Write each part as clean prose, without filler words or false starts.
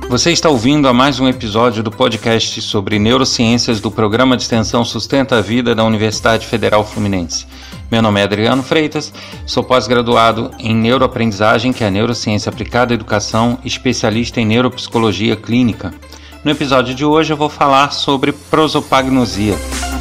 Você está ouvindo a mais um episódio do podcast sobre neurociências do Programa de Extensão Sustenta a Vida da Universidade Federal Fluminense. Meu nome é Adriano Freitas, sou pós-graduado em neuroaprendizagem, que é a neurociência aplicada à educação, especialista em neuropsicologia clínica. No episódio de hoje eu vou falar sobre prosopagnosia.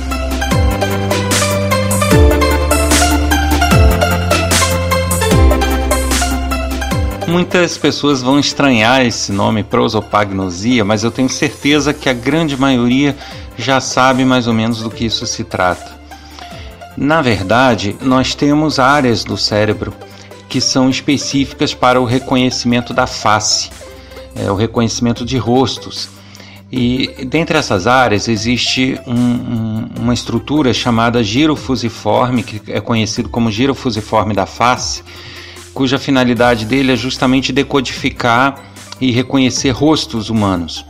Muitas pessoas vão estranhar esse nome prosopagnosia, mas eu tenho certeza que a grande maioria já sabe mais ou menos do que isso se trata. Na verdade, nós temos áreas do cérebro que são específicas para o reconhecimento da face, o reconhecimento de rostos. E dentre essas áreas existe uma estrutura chamada giro fusiforme, que é conhecido como giro fusiforme da face, cuja finalidade dele é justamente decodificar e reconhecer rostos humanos.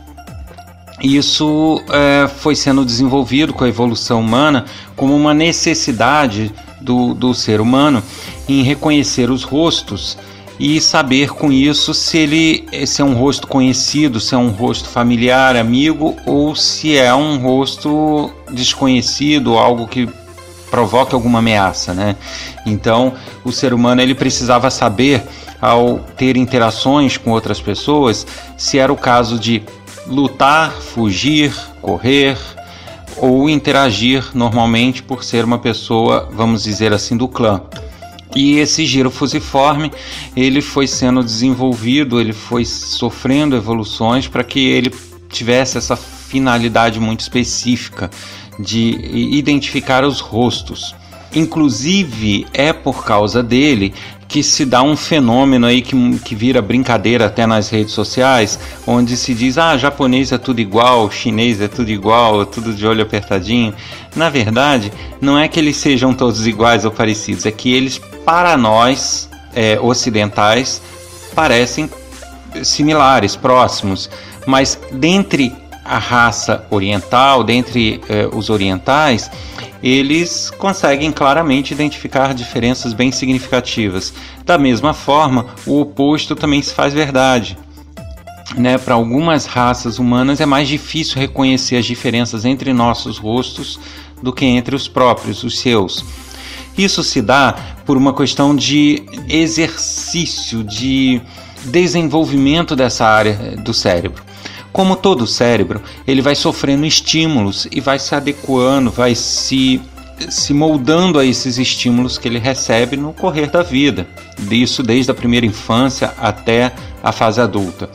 Isso foi sendo desenvolvido com a evolução humana como uma necessidade do ser humano em reconhecer os rostos e saber com isso se é um rosto conhecido, se é um rosto familiar, amigo, ou se é um rosto desconhecido, algo que provoque alguma ameaça, né? Então, o ser humano ele precisava saber, ao ter interações com outras pessoas, se era o caso de lutar, fugir, correr ou interagir normalmente por ser uma pessoa, vamos dizer assim, do clã. E esse giro fusiforme, ele foi sendo desenvolvido, ele foi sofrendo evoluções para que ele tivesse essa finalidade muito específica de identificar os rostos. Inclusive, é por causa dele que se dá um fenômeno aí que vira brincadeira até nas redes sociais, onde se diz, japonês é tudo igual, chinês é tudo igual, tudo de olho apertadinho. Na verdade, não é que eles sejam todos iguais ou parecidos, é que eles, para nós ocidentais, parecem similares, próximos, mas dentre a raça oriental, dentre os orientais, eles conseguem claramente identificar diferenças bem significativas. Da mesma forma, o oposto também se faz verdade, né? Para algumas raças humanas é mais difícil reconhecer as diferenças entre nossos rostos do que entre os próprios, os seus. Isso se dá por uma questão de exercício, de desenvolvimento dessa área do cérebro. Como todo cérebro, ele vai sofrendo estímulos e vai se adequando, vai se moldando a esses estímulos que ele recebe no correr da vida. Isso desde a primeira infância até a fase adulta.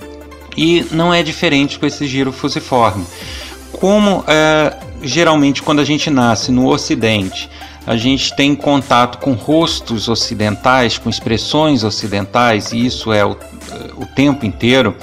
E não é diferente com esse giro fusiforme. Como geralmente quando a gente nasce no Ocidente, a gente tem contato com rostos ocidentais, com expressões ocidentais, e isso é o tempo inteiro,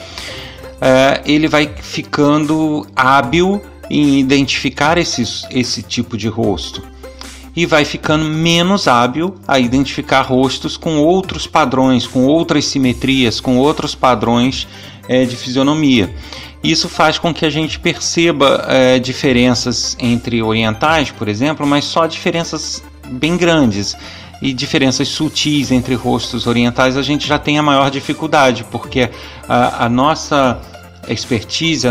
ele vai ficando hábil em identificar esse tipo de rosto e vai ficando menos hábil a identificar rostos com outros padrões, com outras simetrias, com outros padrões de fisionomia. Isso faz com que a gente perceba diferenças entre orientais, por exemplo, mas só diferenças bem grandes. E diferenças sutis entre rostos orientais a gente já tem a maior dificuldade, porque a nossa expertise,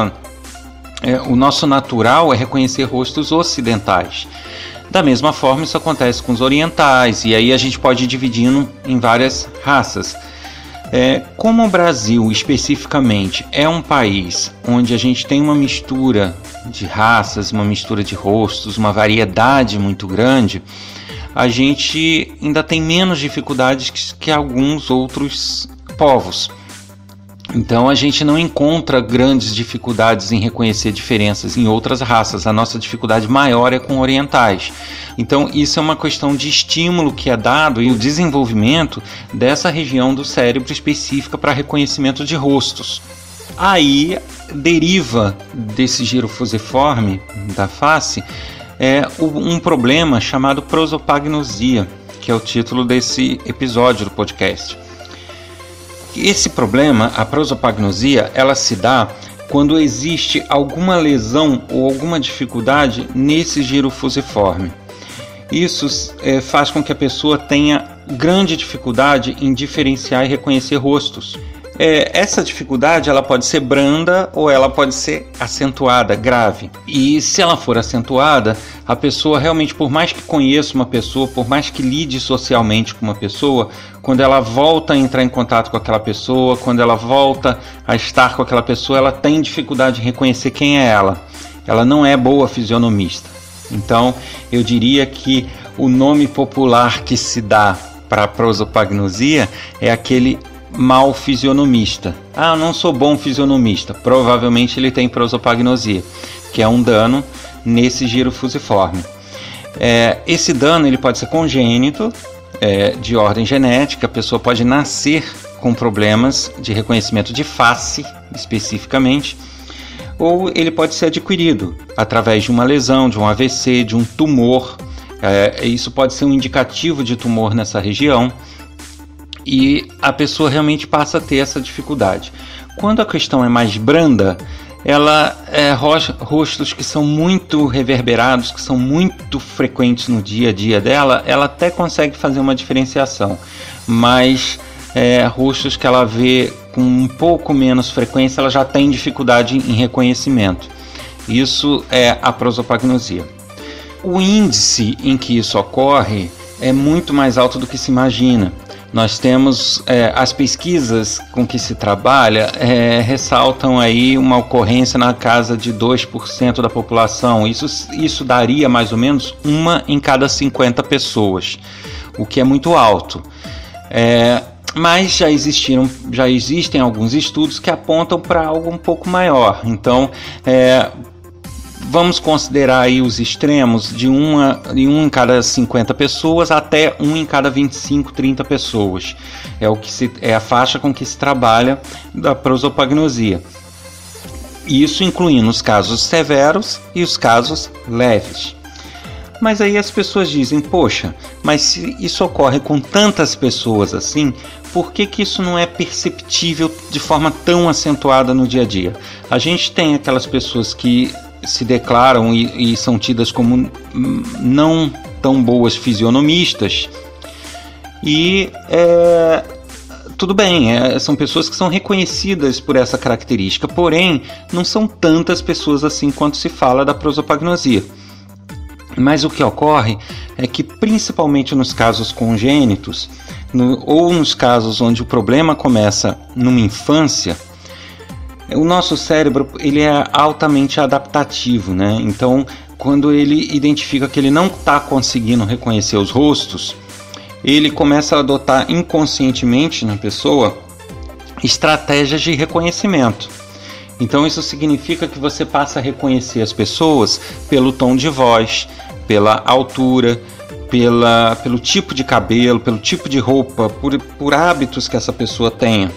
o nosso natural é reconhecer rostos ocidentais. Da mesma forma, isso acontece com os orientais, e aí a gente pode ir dividindo em várias raças. Como o Brasil, especificamente, é um país onde a gente tem uma mistura de raças, uma mistura de rostos, uma variedade muito grande, a gente ainda tem menos dificuldades que alguns outros povos. Então a gente não encontra grandes dificuldades em reconhecer diferenças em outras raças. A nossa dificuldade maior é com orientais. Então isso é uma questão de estímulo que é dado e o desenvolvimento dessa região do cérebro específica para reconhecimento de rostos. Aí deriva desse giro fusiforme da face um problema chamado prosopagnosia, que é o título desse episódio do podcast. Esse problema, a prosopagnosia, ela se dá quando existe alguma lesão ou alguma dificuldade nesse giro fusiforme. Isso faz com que a pessoa tenha grande dificuldade em diferenciar e reconhecer rostos. essa dificuldade ela pode ser branda ou ela pode ser acentuada, grave. E se ela for acentuada, a pessoa realmente, por mais que conheça uma pessoa, por mais que lide socialmente com uma pessoa, quando ela volta a entrar em contato com aquela pessoa, quando ela volta a estar com aquela pessoa, ela tem dificuldade em reconhecer quem é ela. Ela não é boa fisionomista. Então, eu diria que o nome popular que se dá para a prosopagnosia é aquele mal fisionomista. Eu não sou bom fisionomista. Provavelmente ele tem prosopagnosia, que é um dano nesse giro fusiforme. Esse dano ele pode ser congênito, de ordem genética. A pessoa pode nascer com problemas de reconhecimento de face, especificamente, ou ele pode ser adquirido através de uma lesão, de um AVC, de um tumor. Isso pode ser um indicativo de tumor nessa região, e a pessoa realmente passa a ter essa dificuldade. Quando a questão é mais branda, ela rostos que são muito reverberados, que são muito frequentes no dia a dia dela, ela até consegue fazer uma diferenciação, mas rostos que ela vê com um pouco menos frequência, ela já tem dificuldade em reconhecimento. Isso é a prosopagnosia. O índice em que isso ocorre é muito mais alto do que se imagina. Nós temos as pesquisas com que se trabalha ressaltam aí uma ocorrência na casa de 2% da população. Isso daria mais ou menos 1 em cada 50 pessoas, o que é muito alto. Mas já existem alguns estudos que apontam para algo um pouco maior. Então, vamos considerar aí os extremos de 1 em cada 50 pessoas até 1 em cada 25, 30 pessoas. É a faixa com que se trabalha da prosopagnosia. Isso incluindo os casos severos e os casos leves. Mas aí as pessoas dizem, poxa, mas se isso ocorre com tantas pessoas assim, por que isso não é perceptível de forma tão acentuada no dia a dia? A gente tem aquelas pessoas que se declaram e são tidas como não tão boas fisionomistas, e tudo bem, são pessoas que são reconhecidas por essa característica, porém não são tantas pessoas assim quanto se fala da prosopagnosia. Mas o que ocorre é que, principalmente nos casos congênitos, ou nos casos onde o problema começa numa infância, o nosso cérebro ele é altamente adaptativo, né? Então, quando ele identifica que ele não está conseguindo reconhecer os rostos, ele começa a adotar inconscientemente na pessoa estratégias de reconhecimento. Então, isso significa que você passa a reconhecer as pessoas pelo tom de voz, pela altura, pelo tipo de cabelo, pelo tipo de roupa, por hábitos que essa pessoa tenha,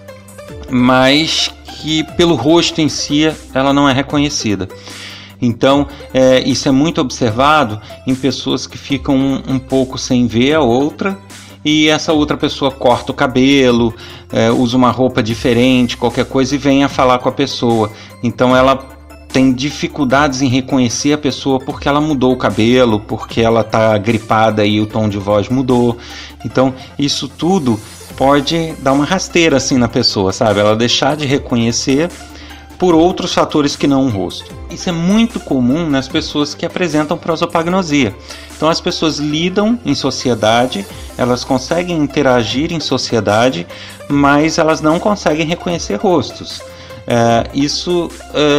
mas que pelo rosto em si ela não é reconhecida. Então, isso é muito observado em pessoas que ficam um pouco sem ver a outra, e essa outra pessoa corta o cabelo, usa uma roupa diferente, qualquer coisa, e vem a falar com a pessoa. Então ela tem dificuldades em reconhecer a pessoa porque ela mudou o cabelo, porque ela está gripada e o tom de voz mudou. Então isso tudo pode dar uma rasteira assim na pessoa, sabe? Ela deixar de reconhecer por outros fatores que não o rosto. Isso é muito comum nas pessoas que apresentam prosopagnosia. Então as pessoas lidam em sociedade, elas conseguem interagir em sociedade, mas elas não conseguem reconhecer rostos. Isso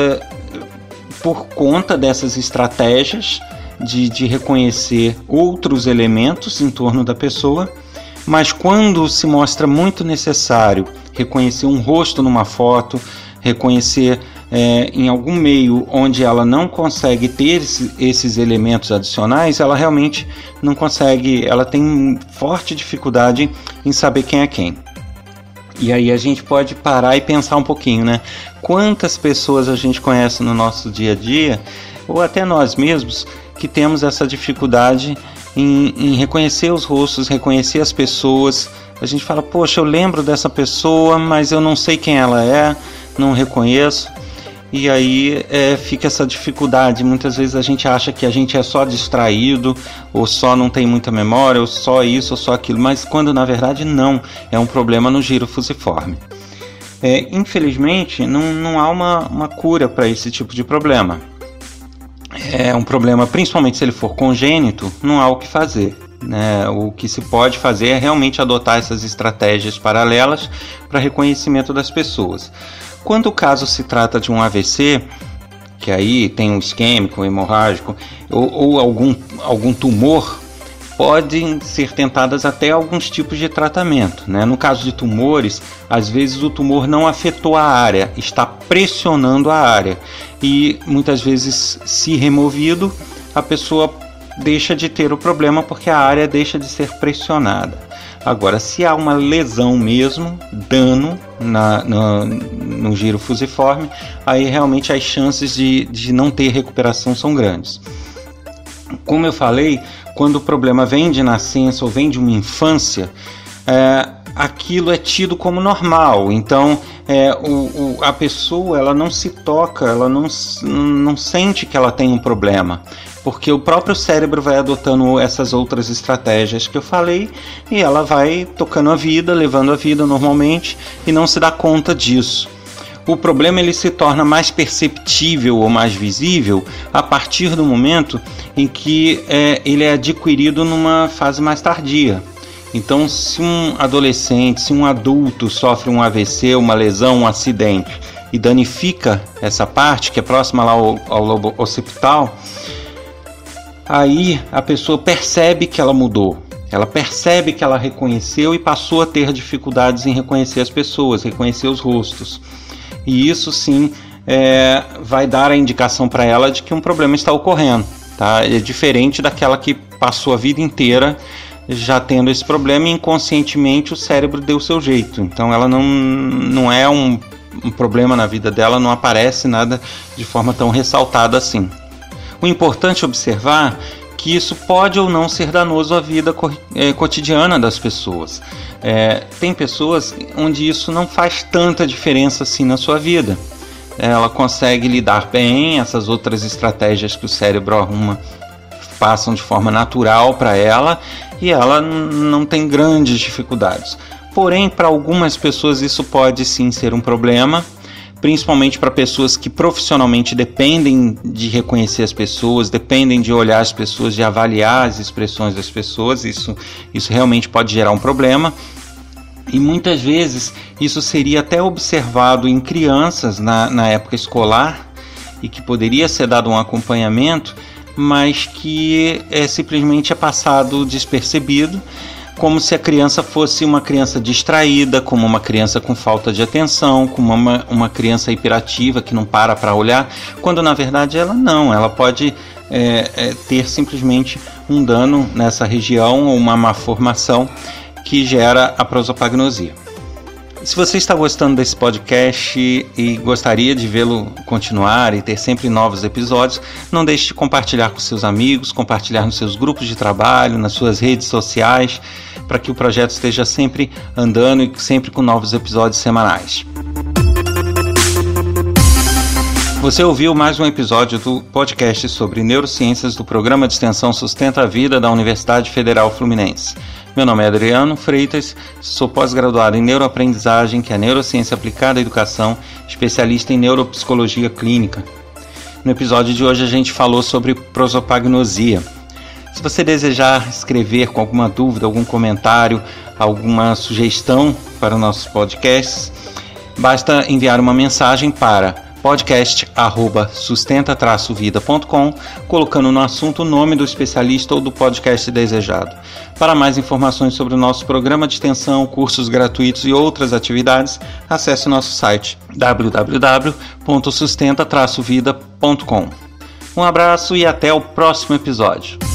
por conta dessas estratégias de reconhecer outros elementos em torno da pessoa, mas quando se mostra muito necessário reconhecer um rosto numa foto, reconhecer em algum meio onde ela não consegue ter esses elementos adicionais, ela realmente não consegue, ela tem forte dificuldade em saber quem é quem. E aí a gente pode parar e pensar um pouquinho, né? Quantas pessoas a gente conhece no nosso dia a dia, ou até nós mesmos, que temos essa dificuldade em reconhecer os rostos, reconhecer as pessoas. A gente fala, poxa, eu lembro dessa pessoa, mas eu não sei quem ela é, não reconheço. E aí fica essa dificuldade. Muitas vezes a gente acha que a gente é só distraído, ou só não tem muita memória, ou só isso, ou só aquilo, mas quando na verdade não, é um problema no giro fusiforme. Infelizmente, não há uma cura para esse tipo de problema. É um problema, principalmente se ele for congênito, não há o que fazer. O que se pode fazer é realmente adotar essas estratégias paralelas para reconhecimento das pessoas. Quando o caso se trata de um AVC, que aí tem um isquêmico, um hemorrágico ou algum tumor, podem ser tentadas até alguns tipos de tratamento. No caso de tumores, às vezes o tumor não afetou a área, está pressionando a área e muitas vezes, se removido, a pessoa deixa de ter o problema porque a área deixa de ser pressionada. Agora, se há uma lesão mesmo, dano no giro fusiforme, aí realmente as chances de não ter recuperação são grandes. Como eu falei, quando o problema vem de nascença ou vem de uma infância, aquilo é tido como normal. Então, a pessoa ela não se toca, ela não sente que ela tem um problema, porque o próprio cérebro vai adotando essas outras estratégias que eu falei e ela vai tocando a vida, levando a vida normalmente e não se dá conta disso. O problema ele se torna mais perceptível ou mais visível a partir do momento em que ele é adquirido numa fase mais tardia. Então, se um adolescente, se um adulto sofre um AVC, uma lesão, um acidente e danifica essa parte que é próxima lá ao lobo occipital, aí a pessoa percebe que ela mudou. Ela percebe que ela reconheceu e passou a ter dificuldades em reconhecer as pessoas, reconhecer os rostos. E isso sim vai dar a indicação para ela de que um problema está ocorrendo. Tá? É diferente daquela que passou a vida inteira já tendo esse problema e inconscientemente o cérebro deu o seu jeito. Então ela não é um problema na vida dela, não aparece nada de forma tão ressaltada assim. O importante é observar que isso pode ou não ser danoso à vida cotidiana das pessoas. Tem pessoas onde isso não faz tanta diferença assim na sua vida. Ela consegue lidar bem, essas outras estratégias que o cérebro arruma passam de forma natural para ela e ela não tem grandes dificuldades. Porém, para algumas pessoas isso pode sim ser um problema, principalmente para pessoas que profissionalmente dependem de reconhecer as pessoas, dependem de olhar as pessoas, de avaliar as expressões das pessoas. Isso realmente pode gerar um problema. E muitas vezes isso seria até observado em crianças na época escolar e que poderia ser dado um acompanhamento, mas que simplesmente é passado despercebido, como se a criança fosse uma criança distraída, como uma criança com falta de atenção, como uma criança hiperativa que não para olhar, quando na verdade ela pode ter simplesmente um dano nessa região ou uma malformação que gera a prosopagnosia. Se você está gostando desse podcast e gostaria de vê-lo continuar e ter sempre novos episódios, não deixe de compartilhar com seus amigos, compartilhar nos seus grupos de trabalho, nas suas redes sociais, para que o projeto esteja sempre andando e sempre com novos episódios semanais. Você ouviu mais um episódio do podcast sobre neurociências do Programa de Extensão Sustenta a Vida da Universidade Federal Fluminense. Meu nome é Adriano Freitas, sou pós-graduado em neuroaprendizagem, que é neurociência aplicada à educação, especialista em neuropsicologia clínica. No episódio de hoje a gente falou sobre prosopagnosia. Se você desejar escrever com alguma dúvida, algum comentário, alguma sugestão para os nossos podcasts, basta enviar uma mensagem para podcast@sustenta-vida.com, colocando no assunto o nome do especialista ou do podcast desejado. Para mais informações sobre o nosso programa de extensão, cursos gratuitos e outras atividades, acesse o nosso site www.sustenta-vida.com. Um abraço e até o próximo episódio.